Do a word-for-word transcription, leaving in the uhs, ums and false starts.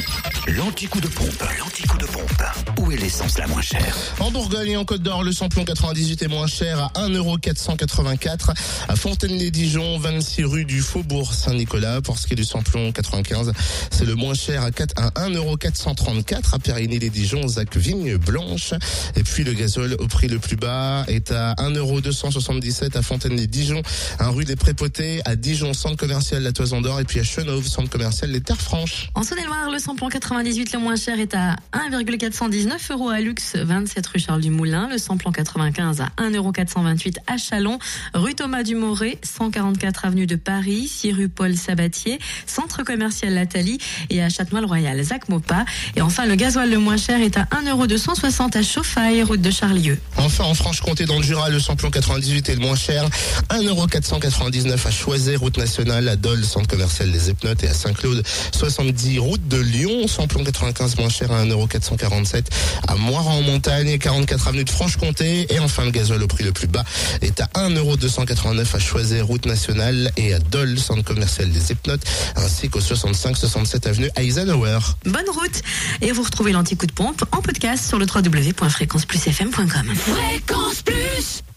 L'anti-coup de pompe, l'anti-coup de pompe. Où est l'essence la moins chère? En Bourgogne et en Côte d'Or, le samplon quatre-vingt-dix-huit est moins cher à un euro quatre cent quatre-vingt-quatre. À Fontaine-les-Dijon, vingt-six rue du Faubourg Saint-Nicolas. Pour ce qui est du samplon quatre-vingt-quinze, c'est le moins cher à un euro quatre cent trente-quatre. À Périgny-les-Dijon, Zac Vigne Blanche. Et puis le gazole au prix le plus bas est à un euro deux cent soixante-dix-sept à Fontaine-les-Dijon, un rue des Prépotés, à Dijon, centre commercial La Toison d'Or, et puis à Chenauve, centre commercial Les Terres Franches. En Saône-et-Loire, le samplon quatre-vingt-dix-huit le moins cher est à un virgule quatre cent dix-neuf euros à Lux, vingt-sept rue Charles du Moulin. Le samplon quatre-vingt-quinze à un euro quatre cent vingt-huit à Châlons, rue Thomas Dumoré, cent quarante-quatre avenue de Paris, six rue Paul Sabatier, centre commercial Lathalie, et à Châtenois-le-Royal, Zac Mopa. Et enfin, le gasoil le moins cher est à un euro deux cent soixante à Chauffaille, route de Charlieu. Enfin, en Franche-Comté, dans le Jura, le samplon quatre-vingt-dix-huit est le moins cher, un euro quatre cent quatre-vingt-dix-neuf à Choiset, route nationale, à Dole, centre commercial des Epnotes, et à Saint-Claude, soixante-dix route de Lyon. Samplon quatre-vingt-quinze moins cher à un euro quatre cent quarante-sept à Moirans-en-Montagne, quarante-quatre avenue de Franche-Comté. Et enfin, le gasoil au prix le plus bas est à un euro deux cent quatre-vingt-neuf à Choiset, route nationale, et à Dole, centre commercial des Epnotes, ainsi qu'au soixante-cinq soixante-sept avenue Eisenhower. Bonne route! Et vous retrouvez l'anti-coup de pompe en podcast sur le w w w point fréquence plus f m point com. Fréquence Plus.